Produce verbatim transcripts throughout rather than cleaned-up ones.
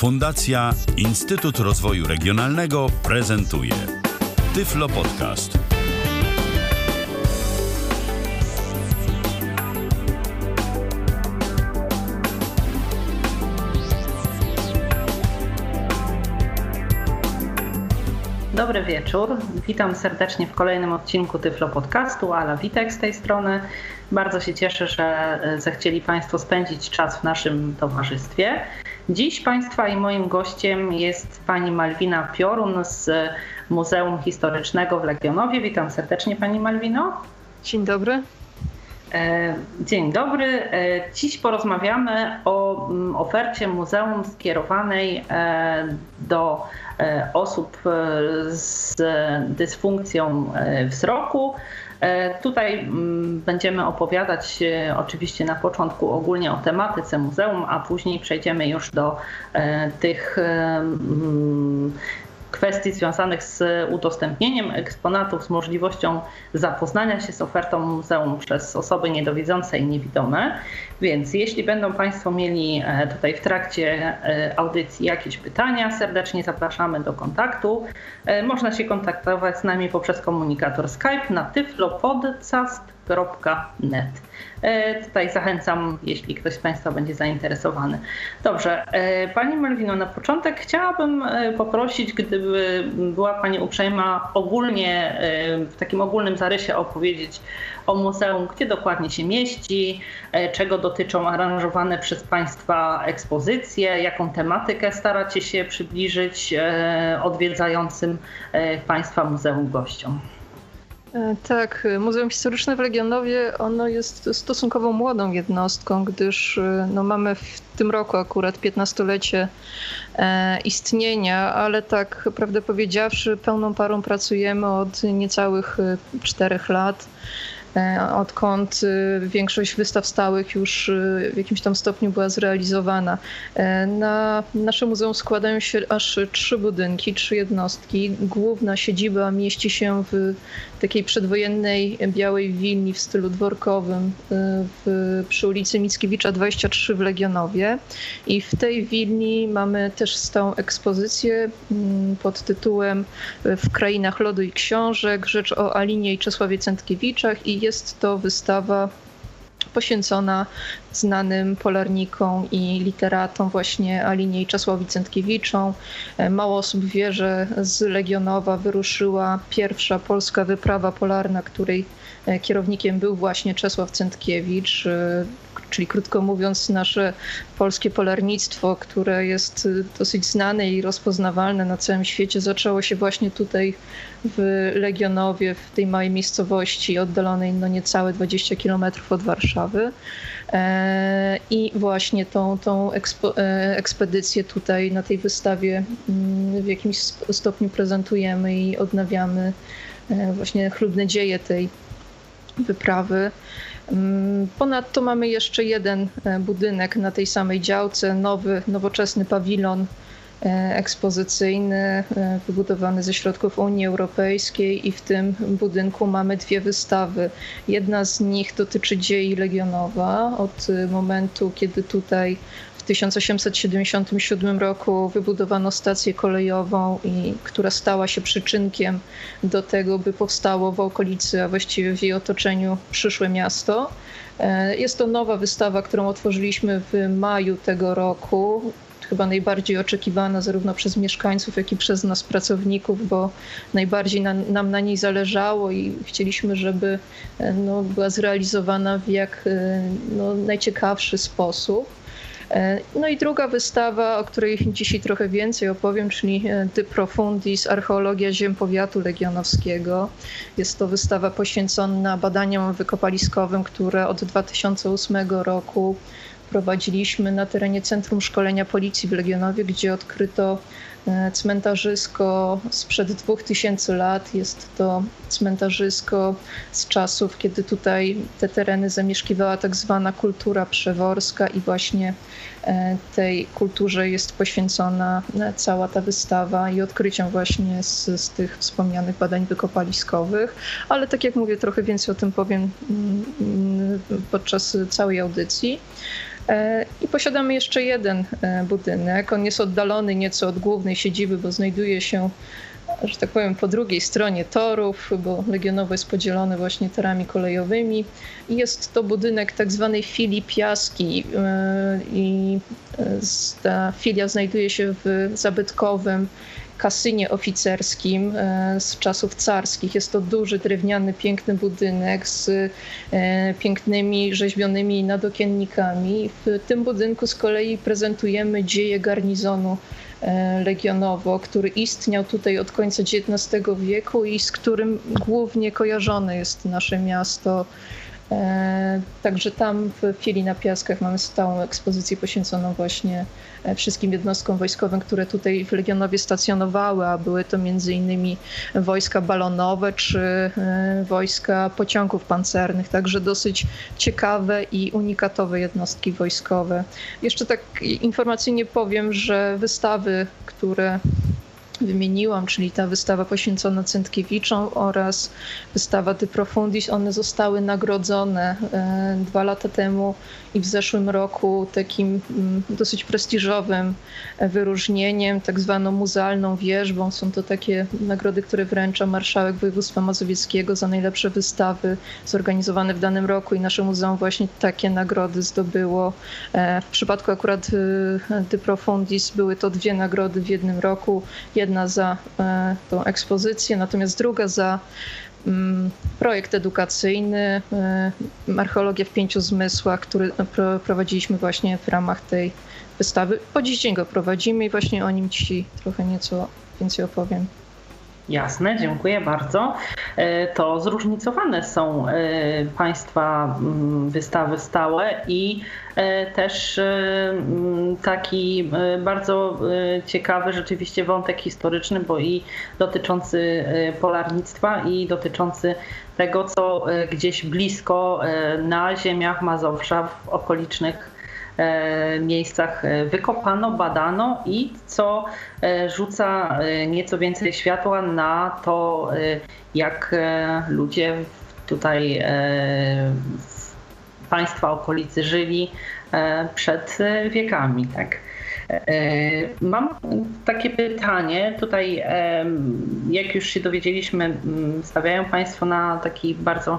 Fundacja Instytut Rozwoju Regionalnego prezentuje Tyflo Podcast. Dobry wieczór. Witam serdecznie w kolejnym odcinku Tyflo Podcastu. Ala Witek z tej strony. Bardzo się cieszę, że zechcieli Państwo spędzić czas w naszym towarzystwie. Dziś Państwa i moim gościem jest pani Malwina Piorun z Muzeum Historycznego w Legionowie. Witam serdecznie Pani Malwino. Dzień dobry. Dzień dobry. Dziś porozmawiamy o ofercie muzeum skierowanej do osób z dysfunkcją wzroku. Tutaj będziemy opowiadać oczywiście na początku ogólnie o tematyce muzeum, a później przejdziemy już do tych kwestii związanych z udostępnieniem eksponatów, z możliwością zapoznania się z ofertą muzeum przez osoby niedowidzące i niewidome. Więc jeśli będą Państwo mieli tutaj w trakcie audycji jakieś pytania, serdecznie zapraszamy do kontaktu. Można się kontaktować z nami poprzez komunikator Skype na tyflopodcast kropka net. Tutaj zachęcam, jeśli ktoś z Państwa będzie zainteresowany. Dobrze, Pani Malwino, na początek chciałabym poprosić, gdyby była Pani uprzejma ogólnie, w takim ogólnym zarysie opowiedzieć o muzeum, gdzie dokładnie się mieści, czego dotyczą aranżowane przez Państwa ekspozycje, jaką tematykę staracie się przybliżyć odwiedzającym Państwa muzeum gościom. Tak, Muzeum Historyczne w Legionowie, ono jest stosunkowo młodą jednostką, gdyż no, mamy w tym roku akurat piętnastolecie e, istnienia, ale tak prawdę powiedziawszy pełną parą pracujemy od niecałych czterech lat. Odkąd większość wystaw stałych już w jakimś tam stopniu była zrealizowana. Na nasze muzeum składają się aż trzy budynki, trzy jednostki. Główna siedziba mieści się w takiej przedwojennej białej willi w stylu dworkowym w, przy ulicy Mickiewicza dwadzieścia trzy w Legionowie. I w tej willi mamy też stałą ekspozycję pod tytułem W krainach lodu i książek, rzecz o Alinie i Czesławie Cętkiewiczach i jest to wystawa poświęcona znanym polarnikom i literatom właśnie Alinie i Czesławowi Cętkiewiczom. Mało osób wie, że z Legionowa wyruszyła pierwsza polska wyprawa polarna, której kierownikiem był właśnie Czesław Cętkiewicz, czyli krótko mówiąc nasze polskie polarnictwo, które jest dosyć znane i rozpoznawalne na całym świecie, zaczęło się właśnie tutaj w Legionowie, w tej małej miejscowości oddalonej no niecałe dwadzieścia kilometrów od Warszawy. I właśnie tą, tą ekspo, ekspedycję tutaj na tej wystawie w jakimś stopniu prezentujemy i odnawiamy właśnie chlubne dzieje tej wyprawy. Ponadto mamy jeszcze jeden budynek na tej samej działce, nowy, nowoczesny pawilon ekspozycyjny wybudowany ze środków Unii Europejskiej i w tym budynku mamy dwie wystawy. Jedna z nich dotyczy dziei Legionowa od momentu, kiedy tutaj w tysiąc osiemset siedemdziesiątym siódmym roku wybudowano stację kolejową, i która stała się przyczynkiem do tego, by powstało w okolicy, a właściwie w jej otoczeniu przyszłe miasto. Jest to nowa wystawa, którą otworzyliśmy w maju tego roku. Chyba najbardziej oczekiwana zarówno przez mieszkańców, jak i przez nas pracowników, bo najbardziej na, nam na niej zależało i chcieliśmy, żeby no, była zrealizowana w jak no, najciekawszy sposób. No i druga wystawa, o której dzisiaj trochę więcej opowiem, czyli De Profundis, archeologia ziem powiatu legionowskiego. Jest to wystawa poświęcona badaniom wykopaliskowym, które od dwa tysiące ósmego roku prowadziliśmy na terenie Centrum Szkolenia Policji w Legionowie, gdzie odkryto cmentarzysko sprzed dwóch tysięcy lat. Jest to cmentarzysko z czasów, kiedy tutaj te tereny zamieszkiwała tak zwana kultura przeworska i właśnie tej kulturze jest poświęcona cała ta wystawa i odkryciom właśnie z, z tych wspomnianych badań wykopaliskowych. Ale tak jak mówię, trochę więcej o tym powiem podczas całej audycji. I posiadamy jeszcze jeden budynek. On jest oddalony nieco od głównej siedziby, bo znajduje się, że tak powiem, po drugiej stronie torów, bo Legionowo jest podzielone właśnie torami kolejowymi. I jest to budynek tak zwanej filii Piaski. I ta filia znajduje się w zabytkowym kasynie oficerskim z czasów carskich. Jest to duży, drewniany, piękny budynek z pięknymi, rzeźbionymi nadokiennikami. W tym budynku z kolei prezentujemy dzieje garnizonu Legionowo, który istniał tutaj od końca dziewiętnastego wieku i z którym głównie kojarzone jest nasze miasto. Także tam w filii na Piaskach mamy stałą ekspozycję poświęconą właśnie wszystkim jednostkom wojskowym, które tutaj w Legionowie stacjonowały, a były to między innymi wojska balonowe czy wojska pociągów pancernych, także dosyć ciekawe i unikatowe jednostki wojskowe. Jeszcze tak informacyjnie powiem, że wystawy, które wymieniłam, czyli ta wystawa poświęcona Cynkiewiczom oraz wystawa De Profundis, one zostały nagrodzone dwa lata temu i w zeszłym roku takim dosyć prestiżowym wyróżnieniem, tak zwaną muzealną wierzbą. Są to takie nagrody, które wręcza marszałek województwa mazowieckiego za najlepsze wystawy zorganizowane w danym roku i nasze muzeum właśnie takie nagrody zdobyło. W przypadku akurat De Profundis były to dwie nagrody w jednym roku. Jedna za tą ekspozycję, natomiast druga za projekt edukacyjny Archeologia w pięciu zmysłach, który prowadziliśmy właśnie w ramach tej wystawy. Po dziś dzień go prowadzimy i właśnie o nim dzisiaj trochę nieco więcej opowiem. Jasne, dziękuję bardzo. To zróżnicowane są Państwa wystawy stałe i też taki bardzo ciekawy rzeczywiście wątek historyczny, bo i dotyczący polarnictwa i dotyczący tego, co gdzieś blisko na ziemiach Mazowsza w okolicznych miejscach wykopano, badano i co rzuca nieco więcej światła na to, jak ludzie tutaj w państwa okolicy żyli przed wiekami. Tak. Mam takie pytanie, tutaj jak już się dowiedzieliśmy, stawiają Państwo na taki bardzo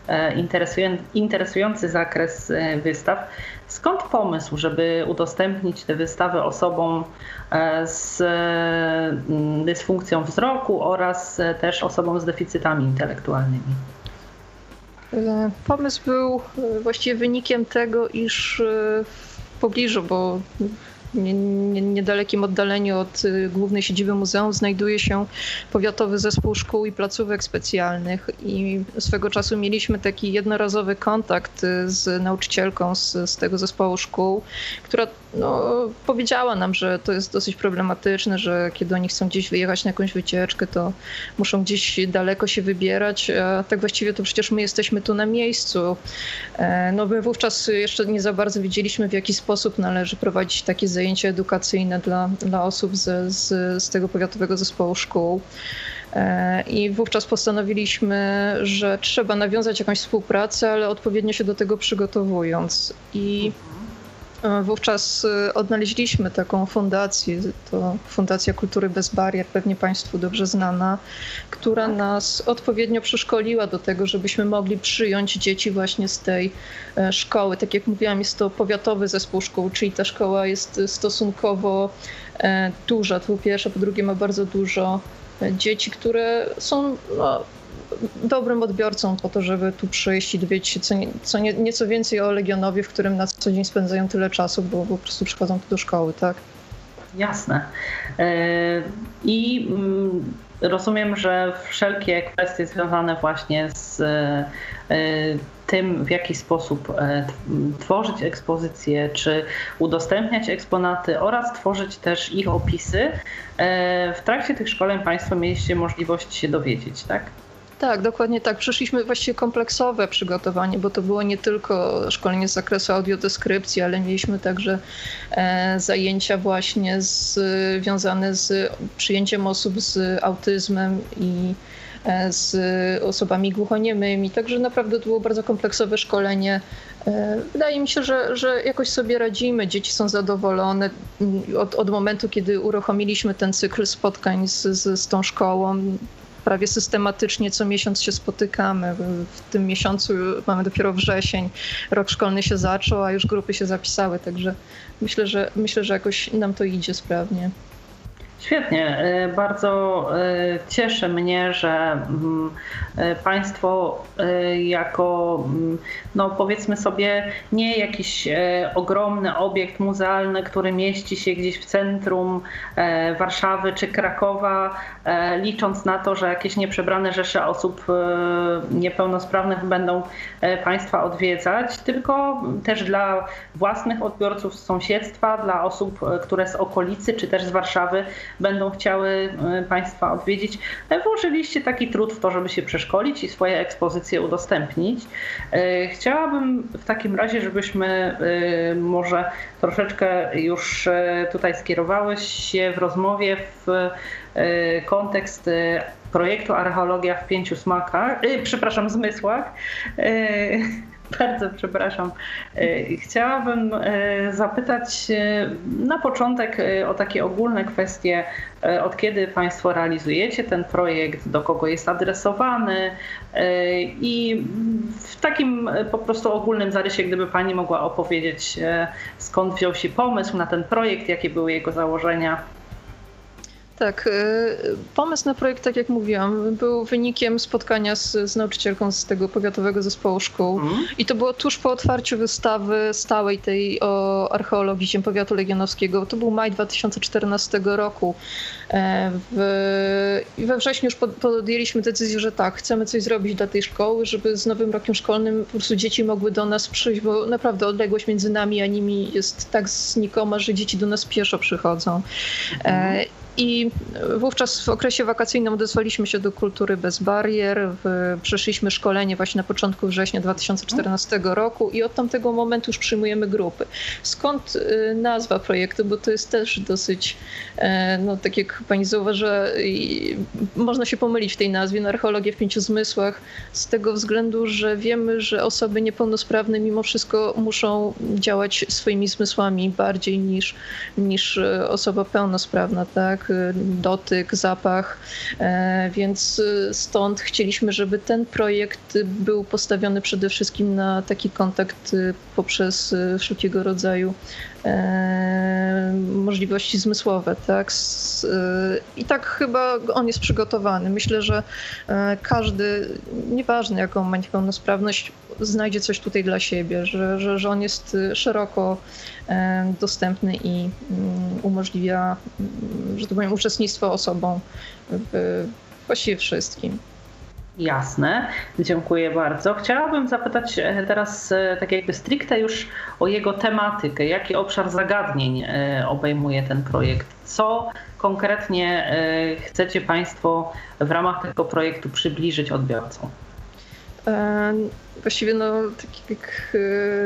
interesujący zakres wystaw. Skąd pomysł, żeby udostępnić te wystawy osobom z dysfunkcją wzroku oraz też osobom z deficytami intelektualnymi? Pomysł był właściwie wynikiem tego, iż w pobliżu, bo w niedalekim oddaleniu od głównej siedziby muzeum znajduje się powiatowy zespół szkół i placówek specjalnych i swego czasu mieliśmy taki jednorazowy kontakt z nauczycielką z, z tego zespołu szkół, która no, powiedziała nam, że to jest dosyć problematyczne, że kiedy oni chcą gdzieś wyjechać na jakąś wycieczkę, to muszą gdzieś daleko się wybierać, a tak właściwie to przecież my jesteśmy tu na miejscu. No my wówczas jeszcze nie za bardzo wiedzieliśmy, w jaki sposób należy prowadzić takie zajęcia edukacyjne dla, dla osób z, z, z tego powiatowego zespołu szkół. I wówczas postanowiliśmy, że trzeba nawiązać jakąś współpracę, ale odpowiednio się do tego przygotowując. I wówczas odnaleźliśmy taką fundację, to Fundacja Kultury Bez Barier, pewnie Państwu dobrze znana, która nas odpowiednio przeszkoliła do tego, żebyśmy mogli przyjąć dzieci właśnie z tej szkoły. Tak jak mówiłam, jest to powiatowy zespół szkół, czyli ta szkoła jest stosunkowo duża, to po pierwsze, po drugie ma bardzo dużo dzieci, które są no, dobrym odbiorcą po to, żeby tu przyjść i dowiedzieć się co, nie, co nie, nieco więcej o Legionowie, w którym na co dzień spędzają tyle czasu, bo po prostu przychodzą tu do szkoły, tak? Jasne. I rozumiem, że wszelkie kwestie związane właśnie z tym, w jaki sposób tworzyć ekspozycje, czy udostępniać eksponaty oraz tworzyć też ich opisy, w trakcie tych szkoleń Państwo mieliście możliwość się dowiedzieć, tak? Tak, dokładnie tak. Przeszliśmy właściwie kompleksowe przygotowanie, bo to było nie tylko szkolenie z zakresu audiodeskrypcji, ale mieliśmy także e, zajęcia właśnie związane z przyjęciem osób z autyzmem i z osobami głuchoniemymi. Także naprawdę to było bardzo kompleksowe szkolenie. Wydaje mi się, że, że jakoś sobie radzimy. Dzieci są zadowolone. Od, od momentu, kiedy uruchomiliśmy ten cykl spotkań z, z, z tą szkołą, prawie systematycznie co miesiąc się spotykamy. W tym miesiącu mamy dopiero wrzesień, rok szkolny się zaczął, a już grupy się zapisały, także myślę, że myślę, że jakoś nam to idzie sprawnie. Świetnie. Bardzo cieszy mnie, że Państwo jako, no powiedzmy sobie, nie jakiś ogromny obiekt muzealny, który mieści się gdzieś w centrum Warszawy czy Krakowa, licząc na to, że jakieś nieprzebrane rzesze osób niepełnosprawnych będą Państwa odwiedzać, tylko też dla własnych odbiorców z sąsiedztwa, dla osób, które z okolicy czy też z Warszawy będą chciały Państwa odwiedzić. Włożyliście taki trud w to, żeby się przeszkolić i swoje ekspozycje udostępnić. Chciałabym w takim razie, żebyśmy może troszeczkę już tutaj skierowały się w rozmowie w kontekst projektu Archeologia w pięciu smakach, przepraszam, zmysłach. Bardzo przepraszam. Chciałabym zapytać na początek o takie ogólne kwestie, od kiedy Państwo realizujecie ten projekt, do kogo jest adresowany i w takim po prostu ogólnym zarysie, gdyby Pani mogła opowiedzieć, skąd wziął się pomysł na ten projekt, jakie były jego założenia. Tak, pomysł na projekt, tak jak mówiłam, był wynikiem spotkania z, z nauczycielką z tego powiatowego zespołu szkół mm. i to było tuż po otwarciu wystawy stałej tej o archeologii ziem powiatu legionowskiego. To był maj dwa tysiące czternastego roku. W, we wrześniu już podjęliśmy decyzję, że tak, chcemy coś zrobić dla tej szkoły, żeby z nowym rokiem szkolnym po prostu dzieci mogły do nas przyjść, bo naprawdę odległość między nami a nimi jest tak znikoma, że dzieci do nas pieszo przychodzą. Mm. I wówczas w okresie wakacyjnym odezwaliśmy się do Kultury Bez Barier, przeszliśmy szkolenie właśnie na początku września dwa tysiące czternastego roku i od tamtego momentu już przyjmujemy grupy. Skąd nazwa projektu, bo to jest też dosyć, no tak jak Pani zauważyła, można się pomylić w tej nazwie, no, Archeologia w pięciu zmysłach, z tego względu, że wiemy, że osoby niepełnosprawne mimo wszystko muszą działać swoimi zmysłami bardziej niż, niż osoba pełnosprawna, tak? Dotyk, zapach, więc stąd chcieliśmy, żeby ten projekt był postawiony przede wszystkim na taki kontakt poprzez wszelkiego rodzaju możliwości zmysłowe, tak? I tak chyba on jest przygotowany. Myślę, że każdy, nieważne jaką ma niepełnosprawność, znajdzie coś tutaj dla siebie, że, że, że on jest szeroko dostępny i umożliwia, że tak powiem, uczestnictwo osobom w właściwie wszystkim. Jasne, dziękuję bardzo. Chciałabym zapytać teraz tak jakby stricte już o jego tematykę. Jaki obszar zagadnień obejmuje ten projekt? Co konkretnie chcecie Państwo w ramach tego projektu przybliżyć odbiorcom? Właściwie no tak jak...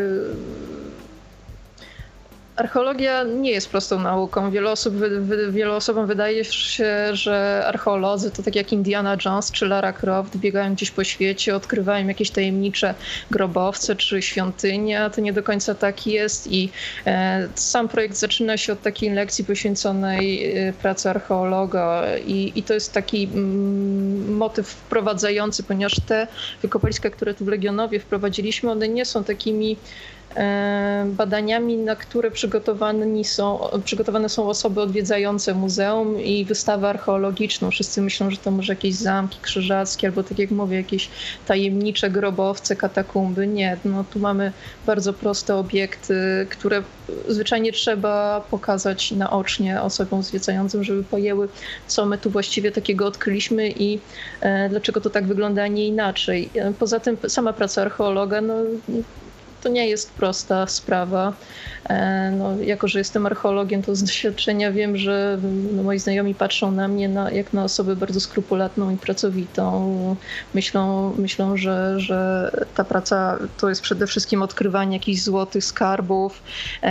Archeologia nie jest prostą nauką. Wiele osób, wielu osobom wydaje się, że archeolodzy to tak jak Indiana Jones czy Lara Croft biegają gdzieś po świecie, odkrywają jakieś tajemnicze grobowce czy świątynie, a to nie do końca tak jest i sam projekt zaczyna się od takiej lekcji poświęconej pracy archeologa i, i to jest taki motyw wprowadzający, ponieważ te wykopaliska, które tu w Legionowie wprowadziliśmy, one nie są takimi badaniami, na które przygotowane są, przygotowane są osoby odwiedzające muzeum i wystawę archeologiczną. Wszyscy myślą, że to może jakieś zamki krzyżackie albo, tak jak mówię, jakieś tajemnicze grobowce, katakumby. Nie, no tu mamy bardzo proste obiekty, które zwyczajnie trzeba pokazać naocznie osobom zwiedzającym, żeby pojęły, co my tu właściwie takiego odkryliśmy i dlaczego to tak wygląda, a nie inaczej. Poza tym sama praca archeologa, no to nie jest prosta sprawa. No, jako że jestem archeologiem, to z doświadczenia wiem, że no, moi znajomi patrzą na mnie na, jak na osobę bardzo skrupulatną i pracowitą. Myślą, myślą że, że ta praca to jest przede wszystkim odkrywanie jakichś złotych skarbów,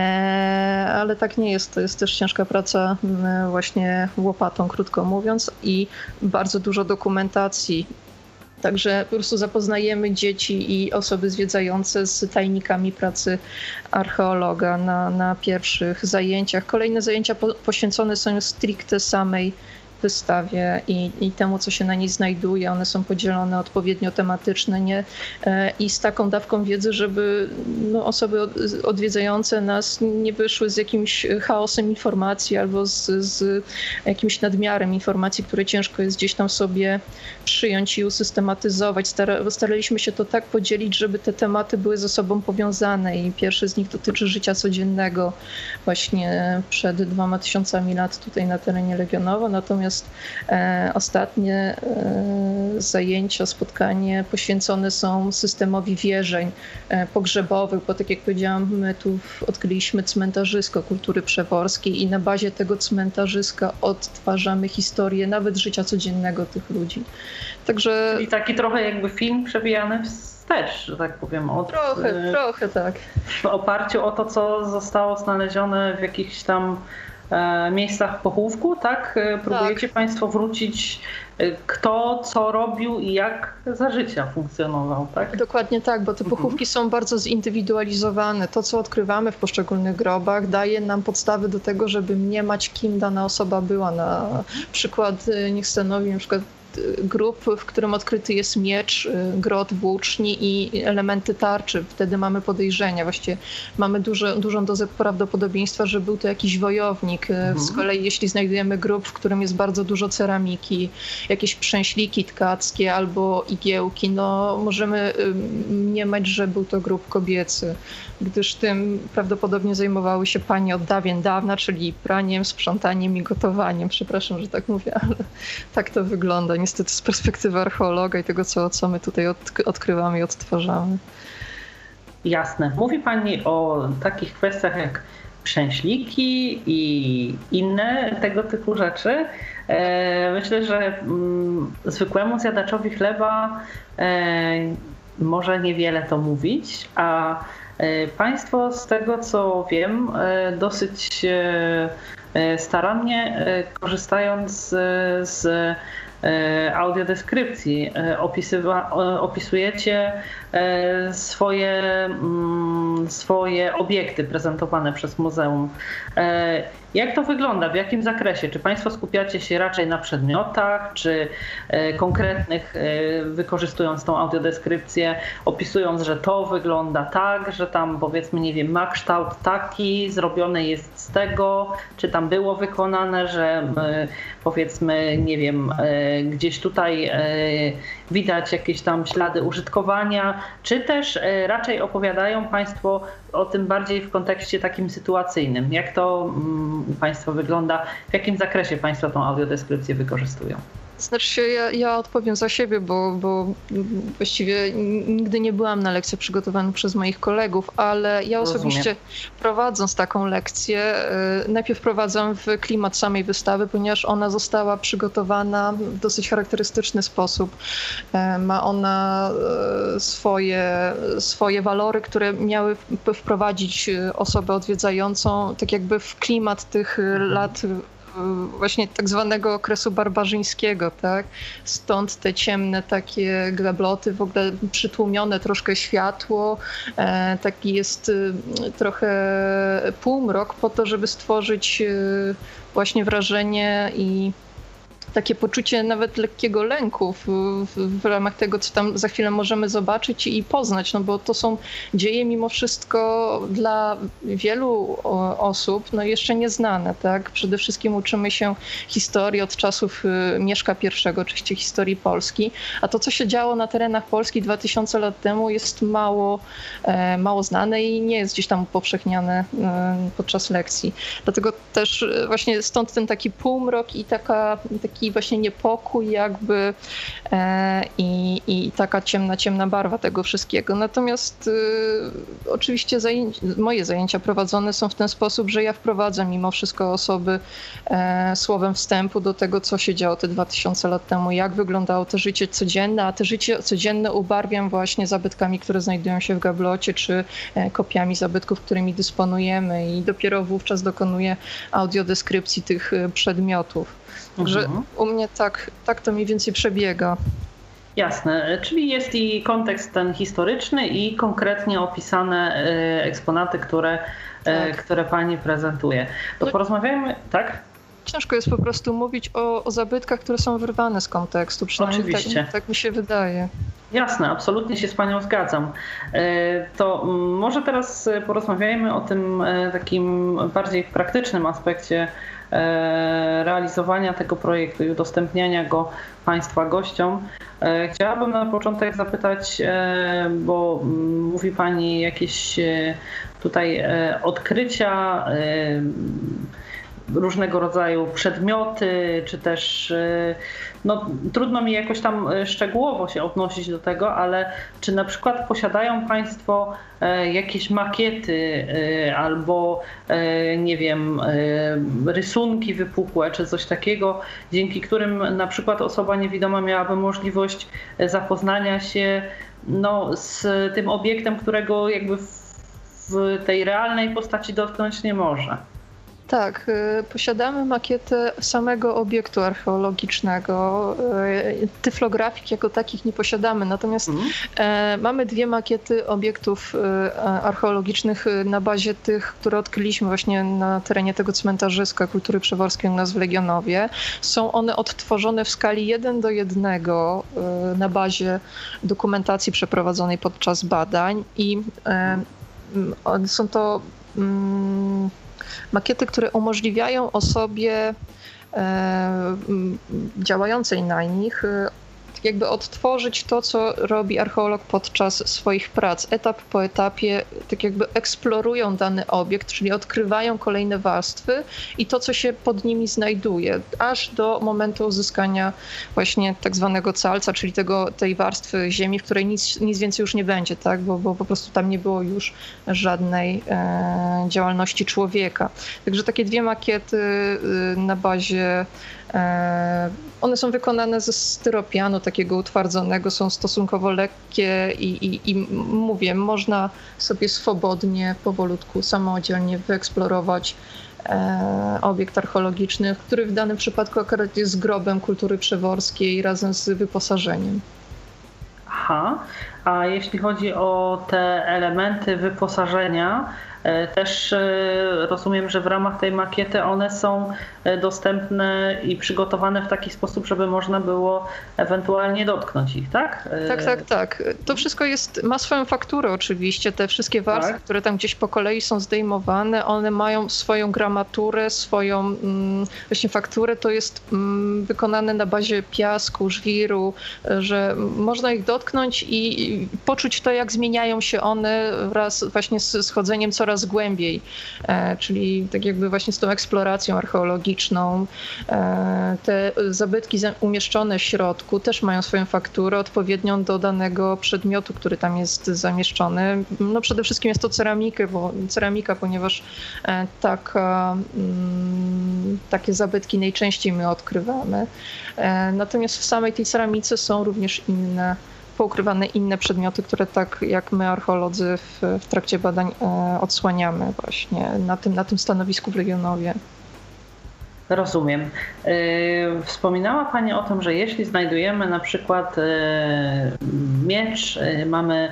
ale tak nie jest. To jest też ciężka praca właśnie łopatą, krótko mówiąc, i bardzo dużo dokumentacji. Także po prostu zapoznajemy dzieci i osoby zwiedzające z tajnikami pracy archeologa na, na pierwszych zajęciach. Kolejne zajęcia po, poświęcone są stricte samej wystawie i, i temu, co się na niej znajduje. One są podzielone odpowiednio tematycznie, nie? I z taką dawką wiedzy, żeby no, osoby odwiedzające nas nie wyszły z jakimś chaosem informacji albo z, z jakimś nadmiarem informacji, które ciężko jest gdzieś tam sobie przyjąć i usystematyzować. Stara, staraliśmy się to tak podzielić, żeby te tematy były ze sobą powiązane i pierwszy z nich dotyczy życia codziennego właśnie przed dwoma tysiącami lat tutaj na terenie Legionowa, natomiast E, ostatnie e, zajęcia, spotkanie poświęcone są systemowi wierzeń e, pogrzebowych, bo tak jak powiedziałam, my tu odkryliśmy cmentarzysko kultury przeworskiej i na bazie tego cmentarzyska odtwarzamy historię nawet życia codziennego tych ludzi. Także... I taki trochę jakby film przebijany wstecz, że tak powiem. Od, trochę, e, trochę tak. W oparciu o to, co zostało znalezione w jakichś tam miejscach pochówku, tak? Próbujecie tak. Państwo wrócić, kto co robił i jak za życia funkcjonował, tak? Dokładnie tak, bo te pochówki mhm. są bardzo zindywidualizowane. To, co odkrywamy w poszczególnych grobach, daje nam podstawy do tego, żeby mniemać, kim dana osoba była. Na przykład niech stanowi na przykład grób, w którym odkryty jest miecz, grot włóczni i elementy tarczy. Wtedy mamy podejrzenia. Właściwie mamy duże, dużą dozę prawdopodobieństwa, że był to jakiś wojownik. Mhm. Z kolei jeśli znajdujemy grób, w którym jest bardzo dużo ceramiki, jakieś przęśliki tkackie albo igiełki, no możemy mniemać, że był to grób kobiecy, gdyż tym prawdopodobnie zajmowały się panie od dawien dawna, czyli praniem, sprzątaniem i gotowaniem. Przepraszam, że tak mówię, ale tak to wygląda. Niestety z perspektywy archeologa i tego, co, co my tutaj odkrywamy i odtwarzamy. Jasne. Mówi Pani o takich kwestiach jak przęśliki i inne tego typu rzeczy. Myślę, że zwykłemu zjadaczowi chleba może niewiele to mówić, a Państwo, z tego co wiem, dosyć starannie korzystając z audiodeskrypcji opisywa, opisujecie swoje, swoje obiekty prezentowane przez muzeum. Jak to wygląda? W jakim zakresie? Czy Państwo skupiacie się raczej na przedmiotach, czy konkretnych, wykorzystując tą audiodeskrypcję, opisując, że to wygląda tak, że tam powiedzmy, nie wiem, ma kształt taki, zrobione jest z tego, czy tam było wykonane, że powiedzmy, nie wiem, gdzieś tutaj widać jakieś tam ślady użytkowania, czy też raczej opowiadają Państwo o tym bardziej w kontekście takim sytuacyjnym? Jak to u Państwa wygląda? W jakim zakresie Państwo tą audiodeskrypcję wykorzystują? Znaczy się, ja, ja odpowiem za siebie, bo, bo właściwie nigdy nie byłam na lekcjach przygotowanych przez moich kolegów, ale ja osobiście Rozumiem. prowadząc taką lekcję, najpierw wprowadzam w klimat samej wystawy, ponieważ ona została przygotowana w dosyć charakterystyczny sposób. Ma ona swoje, swoje walory, które miały wprowadzić osobę odwiedzającą tak jakby w klimat tych lat właśnie tak zwanego okresu barbarzyńskiego, tak? Stąd te ciemne takie gabloty, w ogóle przytłumione troszkę światło, e, taki jest e, trochę półmrok po to, żeby stworzyć e, właśnie wrażenie i takie poczucie nawet lekkiego lęku w, w, w ramach tego, co tam za chwilę możemy zobaczyć i poznać, no bo to są dzieje mimo wszystko dla wielu osób no jeszcze nieznane, tak? Przede wszystkim uczymy się historii od czasów Mieszka I, oczywiście historii Polski, a to, co się działo na terenach Polski dwa tysiące lat temu jest mało, mało znane i nie jest gdzieś tam upowszechniane podczas lekcji. Dlatego też właśnie stąd ten taki półmrok i taka, taki taki właśnie niepokój jakby i, i taka ciemna, ciemna barwa tego wszystkiego. Natomiast y, oczywiście zajęcia, moje zajęcia prowadzone są w ten sposób, że ja wprowadzę mimo wszystko osoby e, słowem wstępu do tego, co się działo te dwa tysiące lat temu, jak wyglądało to życie codzienne, a te życie codzienne ubarwiam właśnie zabytkami, które znajdują się w gablocie, czy e, kopiami zabytków, którymi dysponujemy i dopiero wówczas dokonuję audiodeskrypcji tych przedmiotów. Także mhm. u mnie tak, tak to mniej więcej przebiega. Jasne, czyli jest i kontekst ten historyczny i konkretnie opisane eksponaty, które, tak. które pani prezentuje. To no, porozmawiajmy, tak? Ciężko jest po prostu mówić o, o zabytkach, które są wyrwane z kontekstu, przynajmniej Oczywiście. Tak, tak mi się wydaje. Jasne, absolutnie się z panią zgadzam. To może teraz porozmawiajmy o tym takim bardziej praktycznym aspekcie realizowania tego projektu i udostępniania go państwa gościom. Chciałabym na początek zapytać, bo mówi pani jakieś tutaj odkrycia, różnego rodzaju przedmioty, czy też no, trudno mi jakoś tam szczegółowo się odnosić do tego, ale czy na przykład posiadają państwo jakieś makiety albo nie wiem, rysunki wypukłe czy coś takiego, dzięki którym na przykład osoba niewidoma miałaby możliwość zapoznania się no, z tym obiektem, którego jakby w tej realnej postaci dotknąć nie może? Tak, posiadamy makietę samego obiektu archeologicznego. Tyflografik jako takich nie posiadamy, natomiast mhm. mamy dwie makiety obiektów archeologicznych na bazie tych, które odkryliśmy właśnie na terenie tego cmentarzyska kultury przeworskiej u nas w Legionowie. Są one odtworzone w skali jeden do jednego na bazie dokumentacji przeprowadzonej podczas badań i są to makiety, które umożliwiają osobie e, działającej na nich e, jakby odtworzyć to, co robi archeolog podczas swoich prac. Etap po etapie tak jakby eksplorują dany obiekt, czyli odkrywają kolejne warstwy i to, co się pod nimi znajduje, aż do momentu uzyskania właśnie tak zwanego calca, czyli tego, tej warstwy ziemi, w której nic, nic więcej już nie będzie, tak? bo, bo po prostu tam nie było już żadnej e, działalności człowieka. Także takie dwie makiety e, na bazie one są wykonane ze styropianu takiego utwardzonego, są stosunkowo lekkie i, i, i mówię, można sobie swobodnie, powolutku, samodzielnie wyeksplorować e, obiekt archeologiczny, który w danym przypadku akurat jest grobem kultury przeworskiej razem z wyposażeniem. Aha, a jeśli chodzi o te elementy wyposażenia, też rozumiem, że w ramach tej makiety one są dostępne i przygotowane w taki sposób, żeby można było ewentualnie dotknąć ich, tak? Tak, tak, tak. To wszystko jest, ma swoją fakturę oczywiście. Te wszystkie warstwy, tak, które tam gdzieś po kolei są zdejmowane, one mają swoją gramaturę, swoją właśnie fakturę. To jest wykonane na bazie piasku, żwiru, że można ich dotknąć i poczuć to, jak zmieniają się one wraz właśnie z schodzeniem coraz głębiej, czyli tak jakby właśnie z tą eksploracją archeologiczną. Te zabytki umieszczone w środku też mają swoją fakturę odpowiednią do danego przedmiotu, który tam jest zamieszczony. No przede wszystkim jest to ceramika, bo, ceramika, ponieważ taka, takie zabytki najczęściej my odkrywamy. Natomiast w samej tej ceramice są również inne poukrywane inne przedmioty, które tak jak my archeolodzy w, w trakcie badań e, odsłaniamy właśnie na tym, na tym stanowisku w Legionowie. Rozumiem. Wspominała pani o tym, że jeśli znajdujemy na przykład miecz, mamy,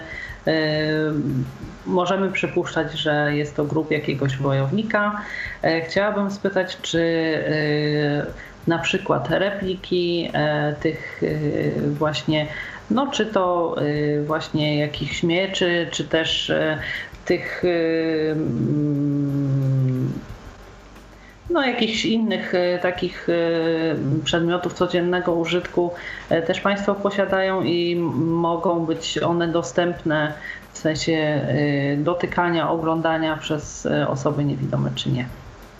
możemy przypuszczać, że jest to grób jakiegoś wojownika. Chciałabym spytać, czy na przykład repliki tych właśnie, no czy to właśnie jakichś mieczy, czy też tych no jakichś innych takich przedmiotów codziennego użytku też państwo posiadają i mogą być one dostępne w sensie dotykania, oglądania przez osoby niewidome, czy nie?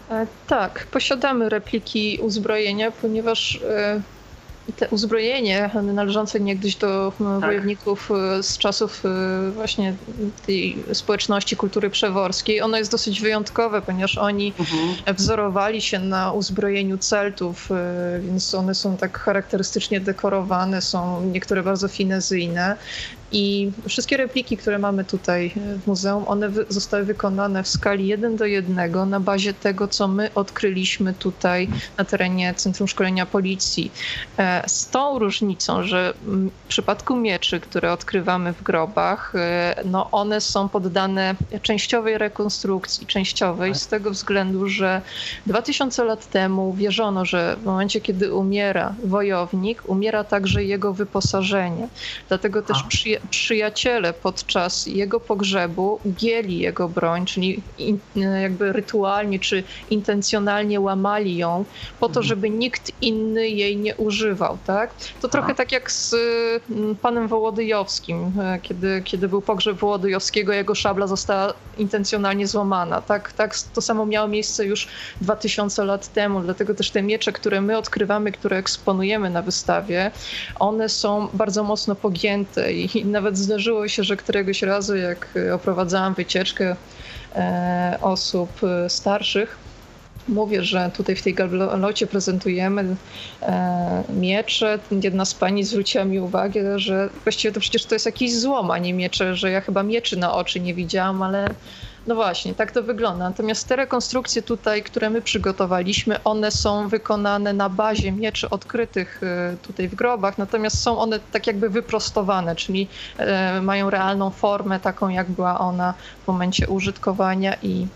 Tak, posiadamy repliki uzbrojenia, ponieważ te uzbrojenie należące niegdyś do tak. wojowników z czasów właśnie tej społeczności kultury przeworskiej, ono jest dosyć wyjątkowe, ponieważ oni mhm. wzorowali się na uzbrojeniu Celtów, więc one są tak charakterystycznie dekorowane, są niektóre bardzo finezyjne. I wszystkie repliki, które mamy tutaj w muzeum, one wy- zostały wykonane w skali jeden do jednego na bazie tego, co my odkryliśmy tutaj na terenie Centrum Szkolenia Policji. E, z tą różnicą, że w przypadku mieczy, które odkrywamy w grobach, e, no one są poddane częściowej rekonstrukcji, częściowej z tego względu, że dwa tysiące lat temu wierzono, że w momencie, kiedy umiera wojownik, umiera także jego wyposażenie. Dlatego też przy przyjaciele podczas jego pogrzebu gięli jego broń, czyli in, jakby rytualnie czy intencjonalnie łamali ją po to, żeby nikt inny jej nie używał, tak? To trochę tak jak z panem Wołodyjowskim, kiedy, kiedy był pogrzeb Wołodyjowskiego, jego szabla została intencjonalnie złamana, tak? Tak, to samo miało miejsce już dwa tysiące lat temu, dlatego też te miecze, które my odkrywamy, które eksponujemy na wystawie, one są bardzo mocno pogięte i nawet zdarzyło się, że któregoś razu, jak oprowadzałam wycieczkę e, osób starszych, mówię, że tutaj w tej gablocie prezentujemy e, miecze. Jedna z pani zwróciła mi uwagę, że właściwie to przecież to jest jakiś złom, a nie miecze, że ja chyba mieczy na oczy nie widziałam, ale no właśnie, tak to wygląda. Natomiast te rekonstrukcje tutaj, które my przygotowaliśmy, one są wykonane na bazie mieczy odkrytych tutaj w grobach, natomiast są one tak jakby wyprostowane, czyli mają realną formę, taką jak była ona w momencie użytkowania i,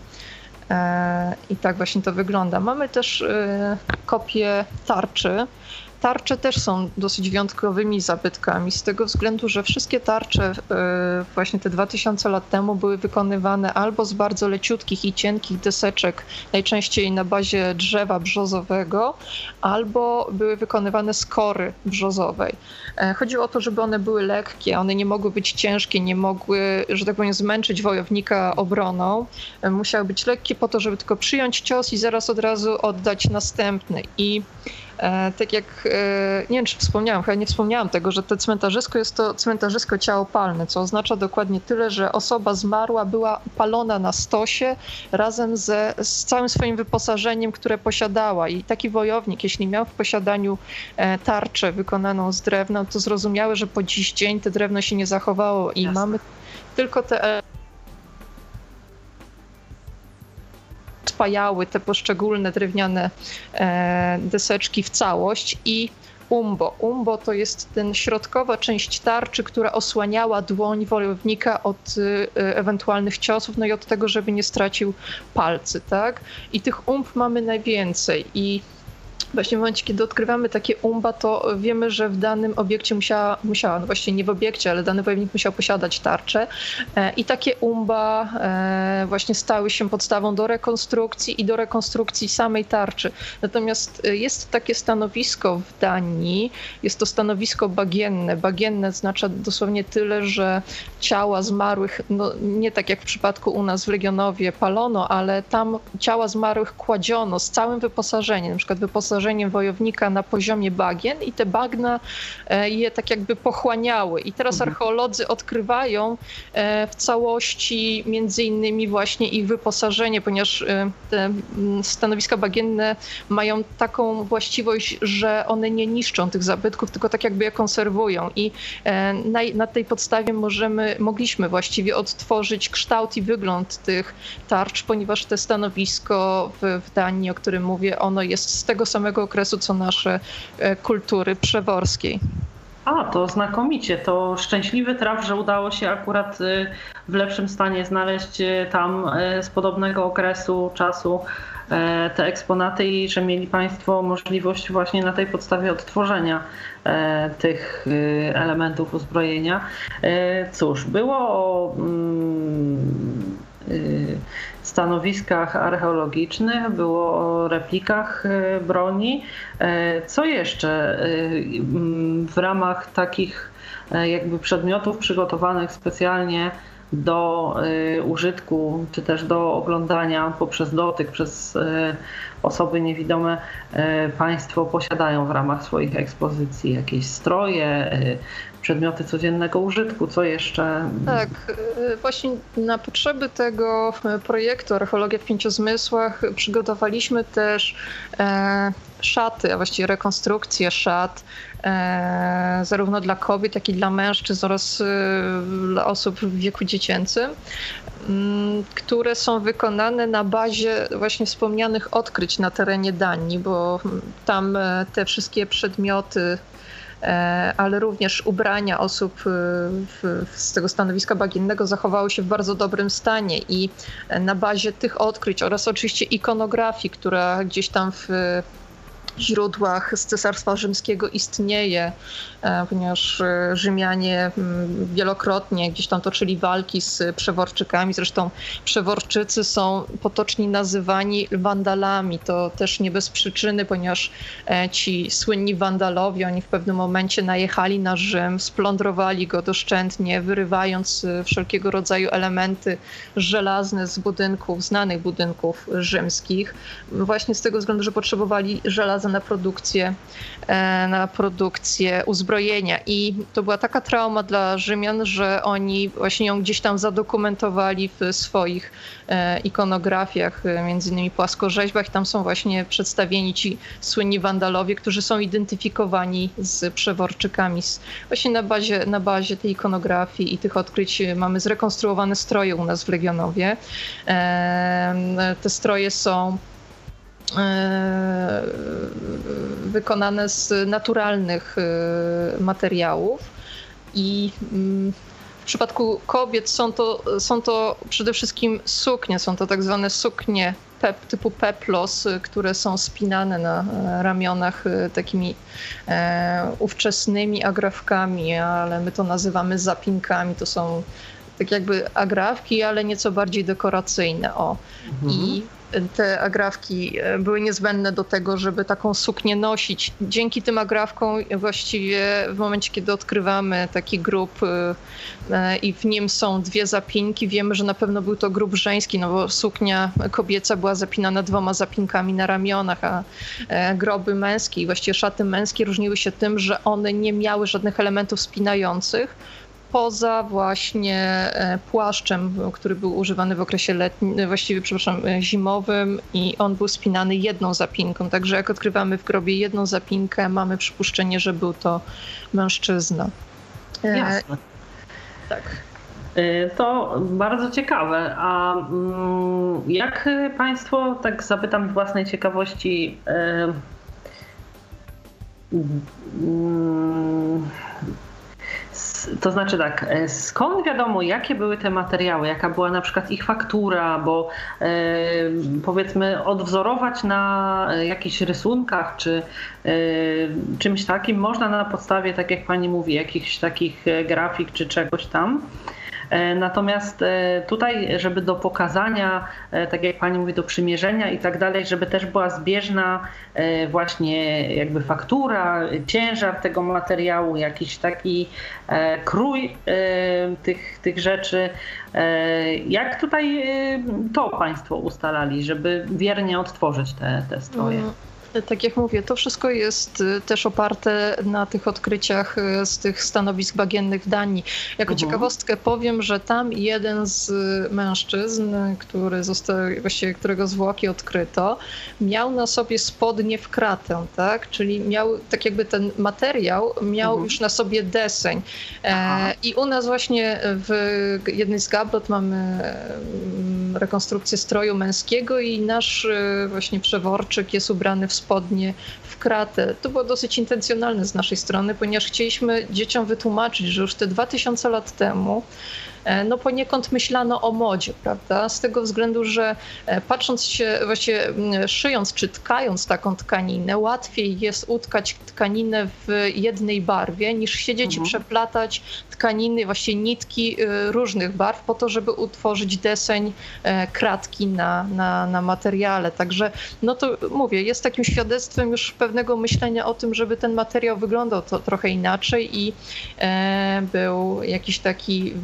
i tak właśnie to wygląda. Mamy też kopię tarczy. Tarcze też są dosyć wyjątkowymi zabytkami z tego względu, że wszystkie tarcze właśnie te dwa tysiące lat temu były wykonywane albo z bardzo leciutkich i cienkich deseczek, najczęściej na bazie drzewa brzozowego, albo były wykonywane z kory brzozowej. Chodziło o to, żeby one były lekkie, one nie mogły być ciężkie, nie mogły, że tak powiem, zmęczyć wojownika obroną. Musiały być lekkie po to, żeby tylko przyjąć cios i zaraz od razu oddać następny. I tak jak, nie wiem czy wspomniałam, chyba nie wspomniałam tego, że to cmentarzysko jest to cmentarzysko ciałopalne, co oznacza dokładnie tyle, że osoba zmarła była palona na stosie razem ze, z całym swoim wyposażeniem, które posiadała. I taki wojownik, jeśli miał w posiadaniu tarczę wykonaną z drewna, to zrozumiałe, że po dziś dzień te drewno się nie zachowało i Jasne. Mamy tylko te spajały te poszczególne drewniane e, deseczki w całość i umbo. Umbo to jest ten środkowa część tarczy, która osłaniała dłoń wojownika od e, ewentualnych ciosów, no i od tego, żeby nie stracił palcy, tak? I tych umb mamy najwięcej i właśnie w momencie, kiedy odkrywamy takie umba, to wiemy, że w danym obiekcie musiała, musiała, no właściwie nie w obiekcie, ale dany wojownik musiał posiadać tarczę i takie umba właśnie stały się podstawą do rekonstrukcji i do rekonstrukcji samej tarczy. Natomiast jest takie stanowisko w Danii, jest to stanowisko bagienne. Bagienne oznacza dosłownie tyle, że ciała zmarłych, no nie tak jak w przypadku u nas w Legionowie palono, ale tam ciała zmarłych kładziono z całym wyposażeniem, na przykład wyposażeniem wojownika na poziomie bagien i te bagna je tak jakby pochłaniały. I teraz archeolodzy odkrywają w całości między innymi właśnie ich wyposażenie, ponieważ te stanowiska bagienne mają taką właściwość, że one nie niszczą tych zabytków, tylko tak jakby je konserwują. I na, na tej podstawie możemy, mogliśmy właściwie odtworzyć kształt i wygląd tych tarcz, ponieważ te stanowisko w, w Danii, o którym mówię, ono jest z tego samego okresu, co nasze kultury przeworskiej. A, to znakomicie. To szczęśliwy traf, że udało się akurat w lepszym stanie znaleźć tam z podobnego okresu, czasu te eksponaty i że mieli Państwo możliwość właśnie na tej podstawie odtworzenia tych elementów uzbrojenia. Cóż, było o stanowiskach archeologicznych, było o replikach broni. Co jeszcze w ramach takich jakby przedmiotów przygotowanych specjalnie do użytku, czy też do oglądania poprzez dotyk, przez osoby niewidome Państwo posiadają w ramach swoich ekspozycji? Jakieś stroje, przedmioty codziennego użytku, co jeszcze? Tak, właśnie na potrzeby tego projektu Archeologia w pięciu zmysłach przygotowaliśmy też szaty, a właściwie rekonstrukcję szat, zarówno dla kobiet, jak i dla mężczyzn oraz dla osób w wieku dziecięcym, które są wykonane na bazie właśnie wspomnianych odkryć na terenie Danii, bo tam te wszystkie przedmioty, ale również ubrania osób w, z tego stanowiska bagiennego zachowały się w bardzo dobrym stanie i na bazie tych odkryć oraz oczywiście ikonografii, która gdzieś tam w źródłach z Cesarstwa Rzymskiego istnieje, ponieważ Rzymianie wielokrotnie gdzieś tam toczyli walki z przeworczykami. Zresztą przeworczycy są potocznie nazywani wandalami. To też nie bez przyczyny, ponieważ ci słynni wandalowie, oni w pewnym momencie najechali na Rzym, splądrowali go doszczętnie, wyrywając wszelkiego rodzaju elementy żelazne z budynków, znanych budynków rzymskich. Właśnie z tego względu, że potrzebowali żelaza na produkcję, na produkcję uzbrojenia. I to była taka trauma dla Rzymian, że oni właśnie ją gdzieś tam zadokumentowali w swoich ikonografiach, między innymi płaskorzeźbach. Tam są właśnie przedstawieni ci słynni wandalowie, którzy są identyfikowani z przeworczykami. Właśnie na bazie, na bazie tej ikonografii i tych odkryć mamy zrekonstruowane stroje u nas w Legionowie. Te stroje są wykonane z naturalnych materiałów i w przypadku kobiet są to, są to przede wszystkim suknie, są to tak zwane suknie pep, typu peplos, które są spinane na ramionach takimi e, ówczesnymi agrafkami, ale my to nazywamy zapinkami. To są tak jakby agrafki, ale nieco bardziej dekoracyjne. O. Mhm. I te agrafki były niezbędne do tego, żeby taką suknię nosić. Dzięki tym agrafkom właściwie w momencie, kiedy odkrywamy taki grób i w nim są dwie zapinki, wiemy, że na pewno był to grób żeński, no bo suknia kobieca była zapinana dwoma zapinkami na ramionach, a groby męskie i właściwie szaty męskie różniły się tym, że one nie miały żadnych elementów spinających, poza właśnie płaszczem, który był używany w okresie letnim, właściwie, przepraszam, zimowym i on był spinany jedną zapinką. Także jak odkrywamy w grobie jedną zapinkę, mamy przypuszczenie, że był to mężczyzna. Jasne. Tak. To bardzo ciekawe. A jak Państwo, tak zapytam z własnej ciekawości, to znaczy tak, skąd wiadomo, jakie były te materiały, jaka była na przykład ich faktura, bo e, powiedzmy odwzorować na jakichś rysunkach czy e, czymś takim można na podstawie, tak jak Pani mówi, jakichś takich grafik czy czegoś tam. Natomiast tutaj, żeby do pokazania, tak jak Pani mówi, do przymierzenia i tak dalej, żeby też była zbieżna właśnie jakby faktura, ciężar tego materiału, jakiś taki krój tych, tych rzeczy. Jak tutaj to Państwo ustalali, żeby wiernie odtworzyć te, te stroje? Tak jak mówię, to wszystko jest też oparte na tych odkryciach z tych stanowisk bagiennych w Danii. Jako mhm. ciekawostkę powiem, że tam jeden z mężczyzn, który został, właściwie którego zwłoki odkryto, miał na sobie spodnie w kratę, tak? Czyli miał tak jakby ten materiał, miał mhm. już na sobie deseń. E, I u nas właśnie w jednej z gablot mamy rekonstrukcję stroju męskiego i nasz właśnie przeworczyk jest ubrany w spodnie w kratę. To było dosyć intencjonalne z naszej strony, ponieważ chcieliśmy dzieciom wytłumaczyć, że już te dwa tysiące lat temu no poniekąd myślano o modzie, prawda? Z tego względu, że patrząc się, właściwie szyjąc czy tkając taką tkaninę, łatwiej jest utkać tkaninę w jednej barwie, niż siedzieć mhm. i przeplatać tkaniny, właściwie nitki różnych barw po to, żeby utworzyć deseń kratki na, na, na materiale. Także no to mówię, jest takim świadectwem już pewnego myślenia o tym, żeby ten materiał wyglądał to trochę inaczej i e, był jakiś taki wyjątkowy,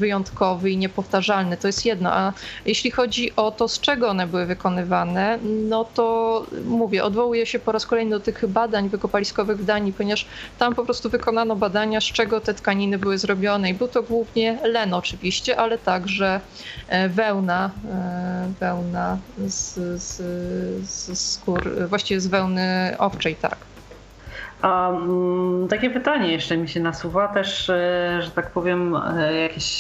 wyjątkowy i niepowtarzalny, to jest jedno, a jeśli chodzi o to, z czego one były wykonywane, no to mówię, odwołuję się po raz kolejny do tych badań wykopaliskowych w Danii, ponieważ tam po prostu wykonano badania, z czego te tkaniny były zrobione i był to głównie len oczywiście, ale także wełna, wełna z, z, z skór, właściwie z wełny owczej, tak. A um, takie pytanie jeszcze mi się nasuwa też, że tak powiem, jakieś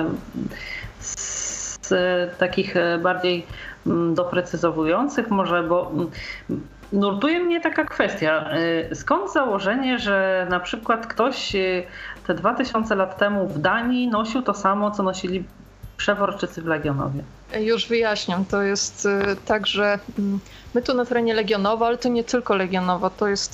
z, z takich bardziej doprecyzowujących może, bo nurtuje mnie taka kwestia. Skąd założenie, że na przykład ktoś te dwa tysiące lat temu w Danii nosił to samo, co nosili Przeworczycy w Legionowie? Już wyjaśniam. To jest tak, że my tu na terenie Legionowa, ale to nie tylko Legionowa, to jest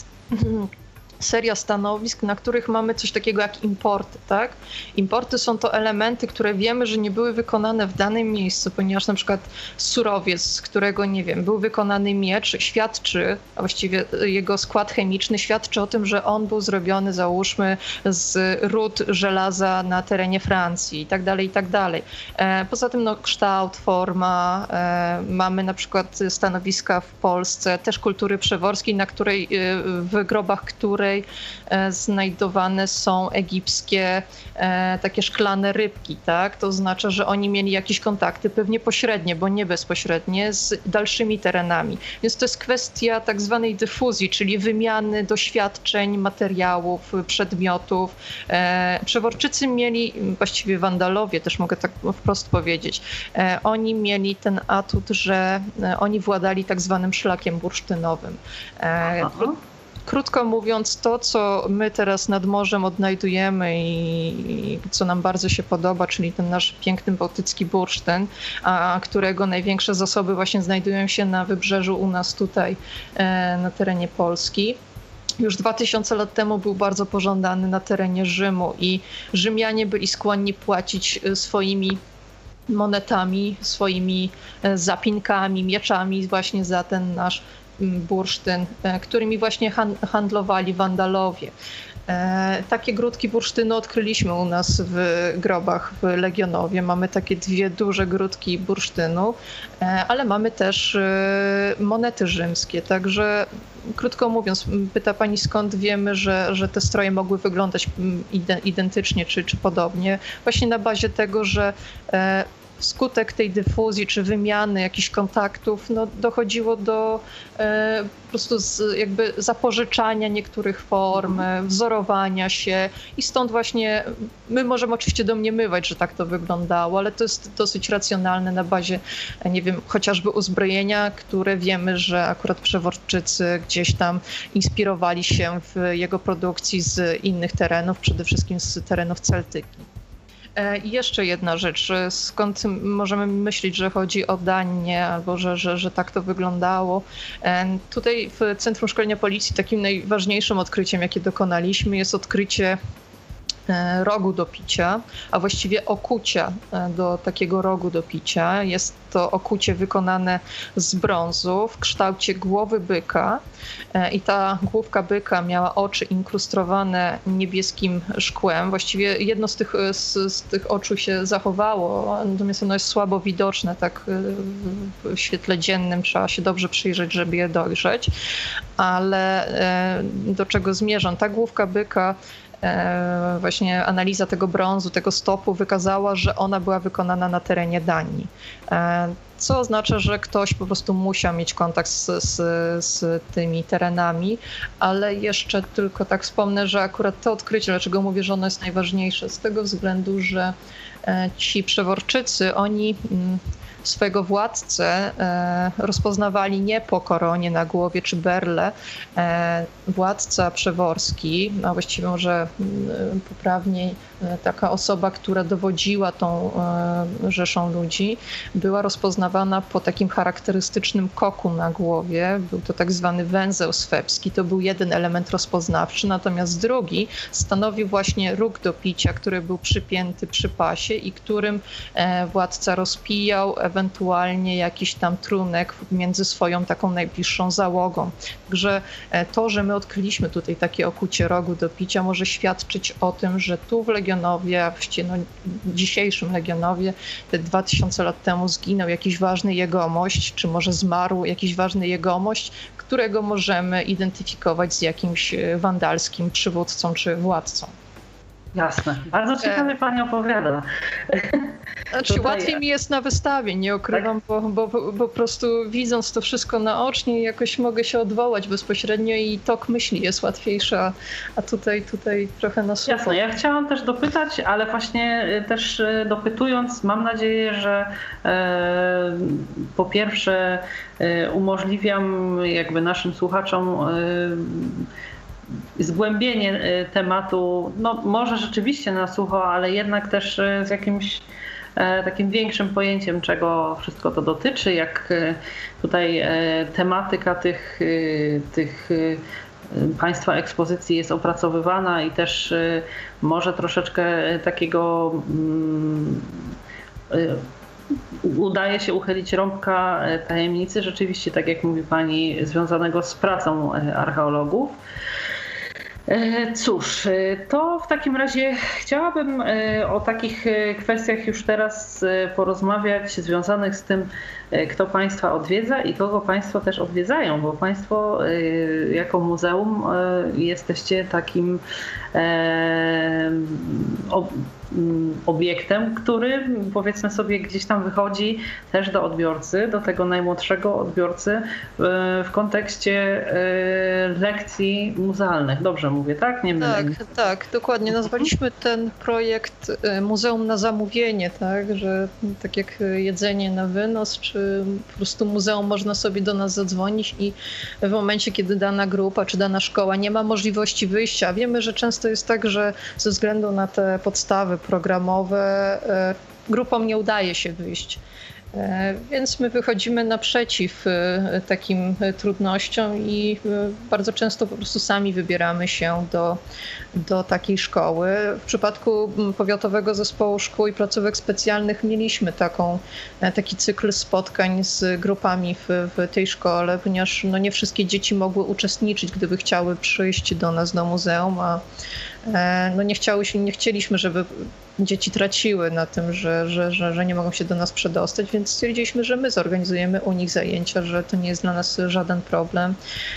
seria stanowisk, na których mamy coś takiego jak importy, tak? Importy są to elementy, które wiemy, że nie były wykonane w danym miejscu, ponieważ na przykład surowiec, z którego, nie wiem, był wykonany miecz, świadczy, a właściwie jego skład chemiczny świadczy o tym, że on był zrobiony, załóżmy, z ród żelaza na terenie Francji i tak dalej, i tak dalej. Poza tym no, kształt, forma, mamy na przykład stanowiska w Polsce, też kultury przeworskiej, na której, w grobach której znajdowane są egipskie e, takie szklane rybki, tak? To oznacza, że oni mieli jakieś kontakty, pewnie pośrednie, bo nie bezpośrednie, z dalszymi terenami. Więc to jest kwestia tak zwanej dyfuzji, czyli wymiany doświadczeń, materiałów, przedmiotów. E, Przeworczycy mieli, właściwie Wandalowie, też mogę tak wprost powiedzieć, e, oni mieli ten atut, że e, oni władali tak zwanym szlakiem bursztynowym. E, Krótko mówiąc, to, co my teraz nad morzem odnajdujemy i co nam bardzo się podoba, czyli ten nasz piękny bałtycki bursztyn, a którego największe zasoby właśnie znajdują się na wybrzeżu u nas tutaj na terenie Polski. Już dwa tysiące lat temu był bardzo pożądany na terenie Rzymu i Rzymianie byli skłonni płacić swoimi monetami, swoimi zapinkami, mieczami właśnie za ten nasz bursztyn, którymi właśnie handlowali Wandalowie. Takie grudki bursztynu odkryliśmy u nas w grobach w Legionowie. Mamy takie dwie duże grudki bursztynu, ale mamy też monety rzymskie. Także krótko mówiąc, pyta pani, skąd wiemy, że, że te stroje mogły wyglądać identycznie czy, czy podobnie. Właśnie na bazie tego, że wskutek tej dyfuzji czy wymiany jakichś kontaktów no, dochodziło do e, po prostu z, jakby zapożyczania niektórych form, wzorowania się i stąd właśnie my możemy oczywiście domniemywać, że tak to wyglądało, ale to jest dosyć racjonalne na bazie, nie wiem, chociażby uzbrojenia, które wiemy, że akurat Przeworczycy gdzieś tam inspirowali się w jego produkcji z innych terenów, przede wszystkim z terenów Celtyki. I jeszcze jedna rzecz, skąd możemy myśleć, że chodzi o Danię albo że, że, że tak to wyglądało. Tutaj w Centrum Szkolenia Policji takim najważniejszym odkryciem, jakie dokonaliśmy, jest odkrycie rogu do picia, a właściwie okucia do takiego rogu do picia. Jest to okucie wykonane z brązu w kształcie głowy byka i ta główka byka miała oczy inkrustrowane niebieskim szkłem. Właściwie jedno z tych, z, z tych oczu się zachowało, natomiast ono jest słabo widoczne, tak w świetle dziennym trzeba się dobrze przyjrzeć, żeby je dojrzeć. Ale do czego zmierzam? Ta główka byka, właśnie analiza tego brązu, tego stopu wykazała, że ona była wykonana na terenie Danii. Co oznacza, że ktoś po prostu musiał mieć kontakt z, z, z tymi terenami, ale jeszcze tylko tak wspomnę, że akurat to odkrycie, dlaczego mówię, że ono jest najważniejsze, z tego względu, że ci Przeworczycy, oni swojego władcę rozpoznawali nie po koronie na głowie czy berle. Władca przeworski, a właściwie może poprawniej taka osoba, która dowodziła tą rzeszą ludzi, była rozpoznawana po takim charakterystycznym koku na głowie. Był to tak zwany węzeł swebski. To był jeden element rozpoznawczy, natomiast drugi stanowił właśnie róg do picia, który był przypięty przy pasie i którym władca rozpijał, ewentualnie jakiś tam trunek między swoją taką najbliższą załogą. Także to, że my odkryliśmy tutaj takie okucie rogu do picia, może świadczyć o tym, że tu w Legionowie, a właściwie no, dzisiejszym Legionowie, te dwa tysiące lat temu zginął jakiś ważny jegomość, czy może zmarł jakiś ważny jegomość, którego możemy identyfikować z jakimś wandalskim przywódcą czy władcą. Jasne. Bardzo ciekawie e... pani opowiada. Znaczy, Tutaj... łatwiej mi jest na wystawie, nie ukrywam, tak? bo, bo, bo po prostu widząc to wszystko naocznie jakoś mogę się odwołać bezpośrednio i tok myśli jest łatwiejszy, a, a tutaj, tutaj trochę na sucho. Jasne, ja chciałam też dopytać, ale właśnie też dopytując, mam nadzieję, że e, po pierwsze e, umożliwiam jakby naszym słuchaczom e, zgłębienie tematu, no może rzeczywiście na sucho, ale jednak też z jakimś takim większym pojęciem, czego wszystko to dotyczy, jak tutaj tematyka tych, tych państwa ekspozycji jest opracowywana i też może troszeczkę takiego udaje się uchylić rąbka tajemnicy, rzeczywiście, tak jak mówi pani, związanego z pracą archeologów. Cóż, to w takim razie chciałabym o takich kwestiach już teraz porozmawiać związanych z tym, kto państwa odwiedza i kogo państwo też odwiedzają, bo państwo jako muzeum jesteście takim obiektem, który powiedzmy sobie gdzieś tam wychodzi też do odbiorcy, do tego najmłodszego odbiorcy w kontekście lekcji muzealnych. Dobrze mówię, tak? Nie mylę. Tak, tak, dokładnie. Nazwaliśmy ten projekt Muzeum na zamówienie, tak, że tak jak jedzenie na wynos, czy po prostu muzeum można sobie do nas zadzwonić i w momencie, kiedy dana grupa czy dana szkoła nie ma możliwości wyjścia, wiemy, że często jest tak, że ze względu na te podstawy programowe grupom nie udaje się wyjść. Więc my wychodzimy naprzeciw takim trudnościom i bardzo często po prostu sami wybieramy się do, do takiej szkoły. W przypadku Powiatowego Zespołu Szkół i Placówek Specjalnych mieliśmy taką, taki cykl spotkań z grupami w, w tej szkole, ponieważ no nie wszystkie dzieci mogły uczestniczyć, gdyby chciały przyjść do nas do muzeum, a no nie, chciały się, nie chcieliśmy, żeby dzieci traciły na tym, że, że, że, że nie mogą się do nas przedostać, więc stwierdziliśmy, że my zorganizujemy u nich zajęcia, że to nie jest dla nas żaden problem.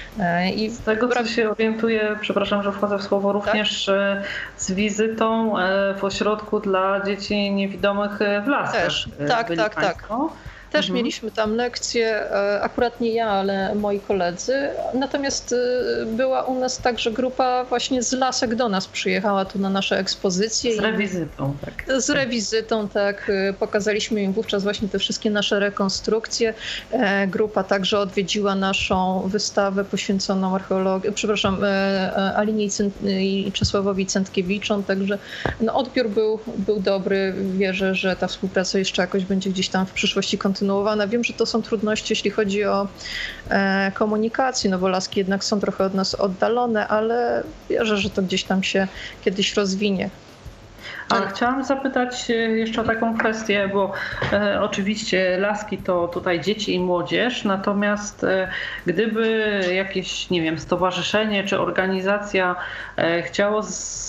I z tego, co się orientuję, przepraszam, że wchodzę w słowo, również tak? z wizytą w ośrodku dla dzieci niewidomych w Lasach. Też, tak, tak, państwo. tak. Też mhm. mieliśmy tam lekcje, akurat nie ja, ale moi koledzy. Natomiast była u nas także grupa właśnie z Lasek do nas przyjechała tu na nasze ekspozycje. Z rewizytą, tak. Z rewizytą, tak. Pokazaliśmy im wówczas właśnie te wszystkie nasze rekonstrukcje. Grupa także odwiedziła naszą wystawę poświęconą archeologii, przepraszam, Alinie i Czesławowi Centkiewiczom. Także no, odbiór był, był dobry. Wierzę, że ta współpraca jeszcze jakoś będzie gdzieś tam w przyszłości kontynuowana. Wiem, że to są trudności, jeśli chodzi o e, komunikację, no bo Laski jednak są trochę od nas oddalone, ale wierzę, że to gdzieś tam się kiedyś rozwinie. A chciałam zapytać jeszcze o taką kwestię, bo e, oczywiście Laski to tutaj dzieci i młodzież, natomiast e, gdyby jakieś, nie wiem, stowarzyszenie czy organizacja e, chciało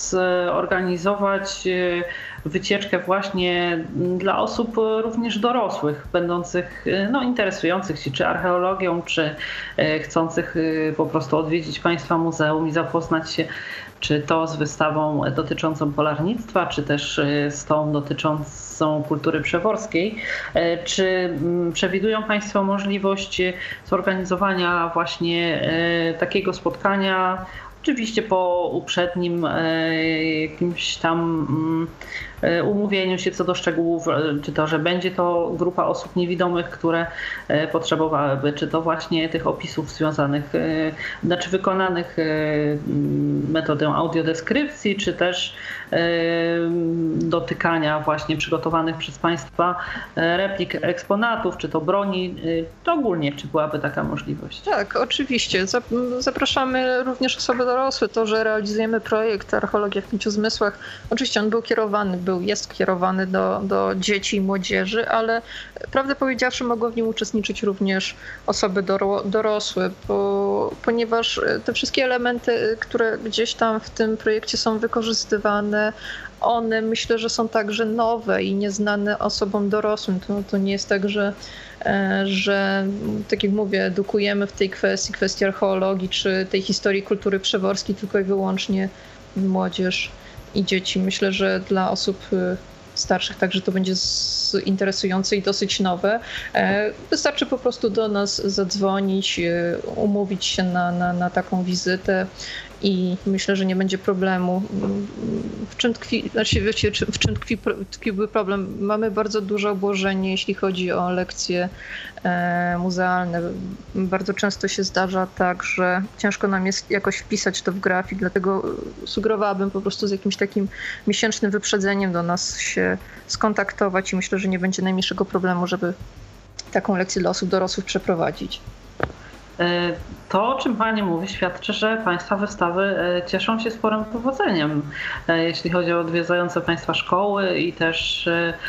zorganizować e, wycieczkę właśnie dla osób również dorosłych, będących, no, interesujących się czy archeologią, czy chcących po prostu odwiedzić państwa muzeum i zapoznać się czy to z wystawą dotyczącą polarnictwa, czy też z tą dotyczącą kultury przeworskiej. Czy przewidują państwo możliwość zorganizowania właśnie takiego spotkania, oczywiście po uprzednim jakimś tam umówieniu się co do szczegółów, czy to, że będzie to grupa osób niewidomych, które potrzebowałyby, czy to właśnie tych opisów związanych, znaczy wykonanych metodą audiodeskrypcji, czy też dotykania właśnie przygotowanych przez państwa replik eksponatów, czy to broni, to ogólnie, czy byłaby taka możliwość? Tak, oczywiście. Zapraszamy również osoby dorosłe. To, że realizujemy projekt Archeologia w Pięciu Zmysłach, oczywiście on był kierowany, był był, jest kierowany do, do dzieci i młodzieży, ale prawdę powiedziawszy mogą w nim uczestniczyć również osoby doro, dorosłe, bo, ponieważ te wszystkie elementy, które gdzieś tam w tym projekcie są wykorzystywane, one myślę, że są także nowe i nieznane osobom dorosłym. To, to nie jest tak, że, że tak jak mówię, edukujemy w tej kwestii, kwestii archeologii czy tej historii kultury przeworskiej tylko i wyłącznie młodzież i dzieci. Myślę, że dla osób starszych także to będzie interesujące i dosyć nowe. Wystarczy po prostu do nas zadzwonić, umówić się na, na, na taką wizytę i myślę, że nie będzie problemu. W czym tkwi, znaczy wiecie, w czym tkwi, tkwiłby problem? Mamy bardzo duże obłożenie, jeśli chodzi o lekcje muzealne. Bardzo często się zdarza tak, że ciężko nam jest jakoś wpisać to w grafik, dlatego sugerowałabym po prostu z jakimś takim miesięcznym wyprzedzeniem do nas się skontaktować i myślę, że nie będzie najmniejszego problemu, żeby taką lekcję dla osób dorosłych przeprowadzić. To, o czym Pani mówi, świadczy, że Państwa wystawy cieszą się sporym powodzeniem, jeśli chodzi o odwiedzające Państwa szkoły i też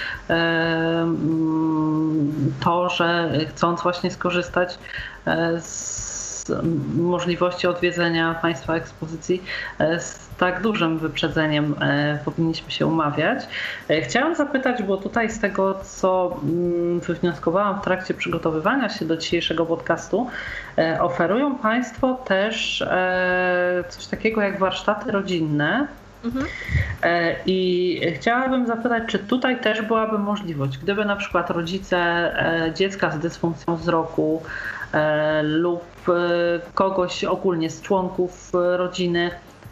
to, że chcąc właśnie skorzystać z możliwości odwiedzenia Państwa ekspozycji z tak dużym wyprzedzeniem powinniśmy się umawiać. Chciałam zapytać, bo tutaj z tego, co wywnioskowałam w trakcie przygotowywania się do dzisiejszego podcastu, oferują Państwo też coś takiego jak warsztaty rodzinne. Mhm. I chciałabym zapytać, czy tutaj też byłaby możliwość, gdyby na przykład rodzice dziecka z dysfunkcją wzroku lub kogoś ogólnie z członków rodziny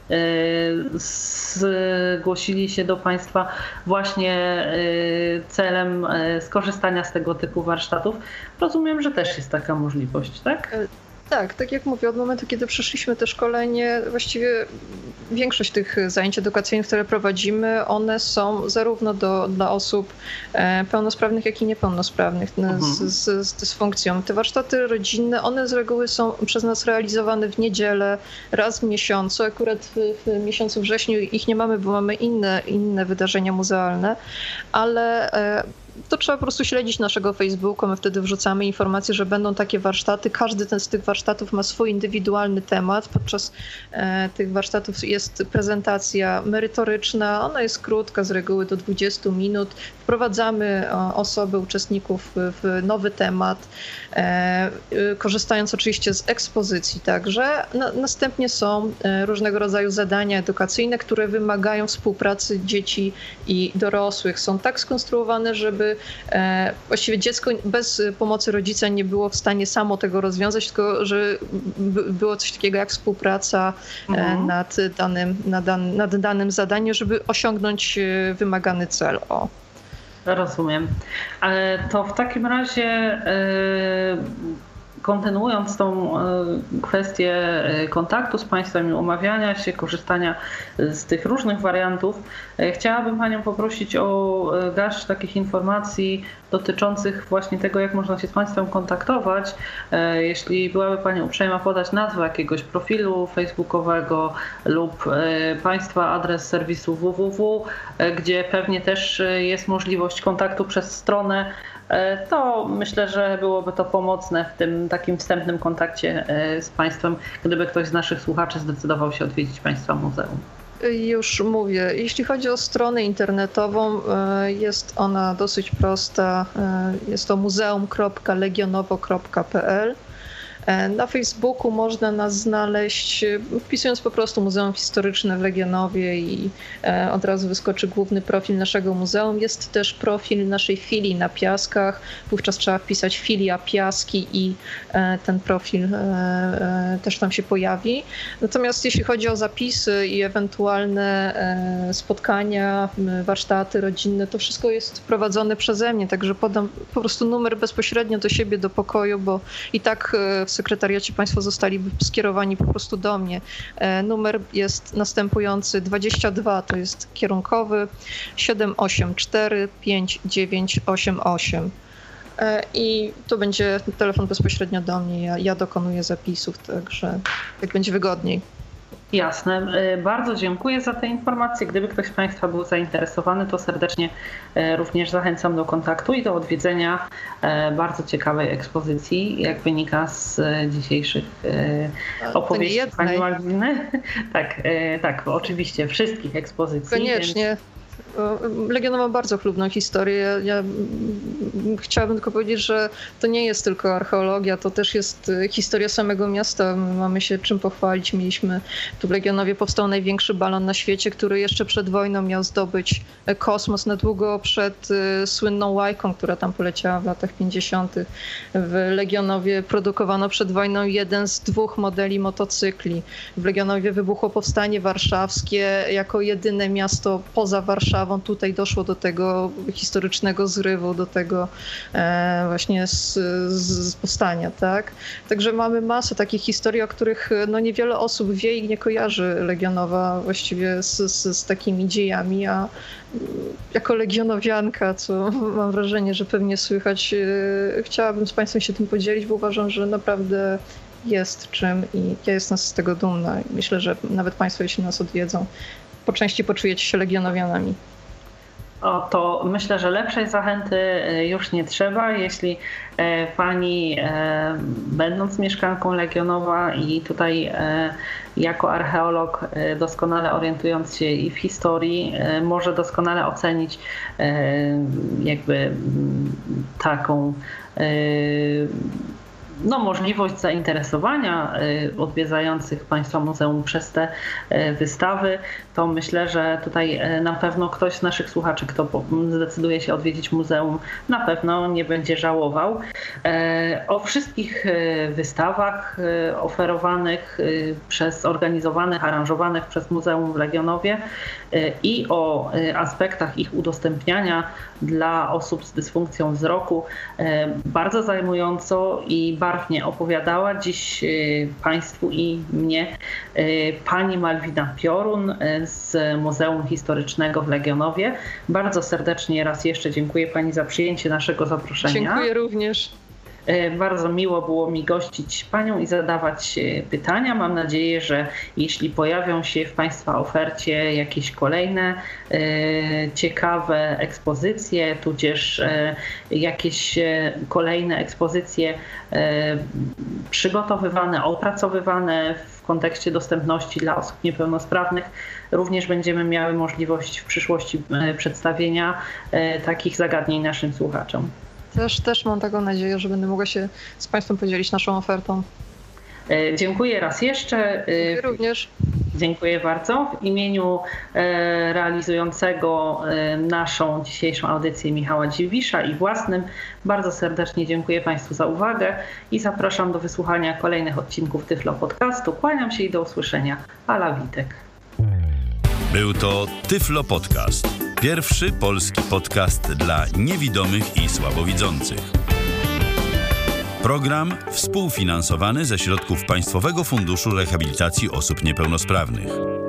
zgłosili się do Państwa właśnie celem skorzystania z tego typu warsztatów. Rozumiem, że też jest taka możliwość, tak? Tak, tak jak mówię, od momentu, kiedy przeszliśmy te szkolenie, właściwie większość tych zajęć edukacyjnych, które prowadzimy, one są zarówno do, dla osób pełnosprawnych, jak i niepełnosprawnych mhm. z, z, z dysfunkcją. Te warsztaty rodzinne, one z reguły są przez nas realizowane w niedzielę, raz w miesiącu. Akurat w, w miesiącu wrześniu ich nie mamy, bo mamy inne, inne wydarzenia muzealne, ale to trzeba po prostu śledzić naszego Facebooka. My wtedy wrzucamy informacje, że będą takie warsztaty. Każdy ten z tych warsztatów ma swój indywidualny temat. Podczas e, tych warsztatów jest prezentacja merytoryczna. Ona jest krótka, z reguły do dwudziestu minut. Wprowadzamy o, osoby, uczestników w, w nowy temat, e, korzystając oczywiście z ekspozycji także. Na, następnie są e, różnego rodzaju zadania edukacyjne, które wymagają współpracy dzieci i dorosłych. Są tak skonstruowane, żeby właściwie dziecko bez pomocy rodzica nie było w stanie samo tego rozwiązać, tylko że było coś takiego jak współpraca mhm. nad, danym, nad, dan, nad danym zadaniem, żeby osiągnąć wymagany cel. O. Rozumiem. Ale to w takim razie kontynuując tą kwestię kontaktu z Państwem i umawiania się, korzystania z tych różnych wariantów, chciałabym Panią poprosić o garść takich informacji dotyczących właśnie tego, jak można się z Państwem kontaktować. Jeśli byłaby Pani uprzejma podać nazwę jakiegoś profilu facebookowego lub Państwa adres serwisu www, gdzie pewnie też jest możliwość kontaktu przez stronę, to myślę, że byłoby to pomocne w tym takim wstępnym kontakcie z Państwem, gdyby ktoś z naszych słuchaczy zdecydował się odwiedzić Państwa muzeum. Już mówię, jeśli chodzi o stronę internetową, jest ona dosyć prosta. Jest to muzeum kropka legionowo kropka p l. Na Facebooku można nas znaleźć wpisując po prostu Muzeum Historyczne w Legionowie i od razu wyskoczy główny profil naszego muzeum. Jest też profil naszej filii na Piaskach. Wówczas trzeba wpisać filia Piaski i ten profil też tam się pojawi. Natomiast jeśli chodzi o zapisy i ewentualne spotkania, warsztaty rodzinne, to wszystko jest prowadzone przeze mnie, także podam po prostu numer bezpośrednio do siebie, do pokoju, bo i tak w sekretariacie Państwo zostaliby skierowani po prostu do mnie. Numer jest następujący: dwadzieścia dwa to jest kierunkowy, siedem osiem cztery pięć dziewięć osiem osiem. I to będzie telefon bezpośrednio do mnie. Ja, ja dokonuję zapisów, także jak będzie wygodniej. Jasne. Bardzo dziękuję za te informacje. Gdyby ktoś z Państwa był zainteresowany, to serdecznie również zachęcam do kontaktu i do odwiedzenia bardzo ciekawej ekspozycji, jak wynika z dzisiejszych opowieści Pani Malwiny. Tak, tak, oczywiście wszystkich ekspozycji. Koniecznie. Więc... Legionowa ma bardzo chlubną historię. Ja chciałabym tylko powiedzieć, że to nie jest tylko archeologia, to też jest historia samego miasta. My mamy się czym pochwalić. Mieliśmy tu w Legionowie powstał największy balon na świecie, który jeszcze przed wojną miał zdobyć kosmos na długo przed słynną Łajką, która tam poleciała w latach pięćdziesiątych. W Legionowie produkowano przed wojną jeden z dwóch modeli motocykli. W Legionowie wybuchło powstanie warszawskie jako jedyne miasto poza Warszawą. Tutaj doszło do tego historycznego zrywu, do tego e, właśnie z, z powstania, tak? Także mamy masę takich historii, o których no, niewiele osób wie i nie kojarzy Legionowa właściwie z, z, z takimi dziejami, a jako legionowianka, co mam wrażenie, że pewnie słychać, e, chciałabym z Państwem się tym podzielić, bo uważam, że naprawdę jest czym i ja jestem z tego dumna. Myślę, że nawet Państwo, jeśli nas odwiedzą, po części poczujecie się legionowianami. O, to myślę, że lepszej zachęty już nie trzeba. Jeśli Pani, będąc mieszkanką Legionowa i tutaj jako archeolog doskonale orientując się i w historii, może doskonale ocenić jakby taką no, możliwość zainteresowania odwiedzających Państwa muzeum przez te wystawy, to myślę, że tutaj na pewno ktoś z naszych słuchaczy, kto zdecyduje się odwiedzić muzeum, na pewno nie będzie żałował. O wszystkich wystawach oferowanych przez, organizowanych, aranżowanych przez Muzeum w Legionowie i o aspektach ich udostępniania dla osób z dysfunkcją wzroku bardzo zajmująco i barwnie opowiadała dziś Państwu i mnie pani Malwina Piorun z Muzeum Historycznego w Legionowie. Bardzo serdecznie raz jeszcze dziękuję Pani za przyjęcie naszego zaproszenia. Dziękuję również. Bardzo miło było mi gościć Panią i zadawać pytania. Mam nadzieję, że jeśli pojawią się w Państwa ofercie jakieś kolejne e, ciekawe ekspozycje, tudzież e, jakieś kolejne ekspozycje e, przygotowywane, opracowywane w kontekście dostępności dla osób niepełnosprawnych, również będziemy miały możliwość w przyszłości przedstawienia e, takich zagadnień naszym słuchaczom. Też, też mam taką nadzieję, że będę mogła się z Państwem podzielić naszą ofertą. Dziękuję raz jeszcze. Dziękuję również. Dziękuję bardzo. W imieniu realizującego naszą dzisiejszą audycję Michała Dziwisza i własnym bardzo serdecznie dziękuję Państwu za uwagę i zapraszam do wysłuchania kolejnych odcinków Tyflo Podcastu. Kłaniam się i do usłyszenia. Ala Witek. Był to Tyflo Podcast. Pierwszy polski podcast dla niewidomych i słabowidzących. Program współfinansowany ze środków Państwowego Funduszu Rehabilitacji Osób Niepełnosprawnych.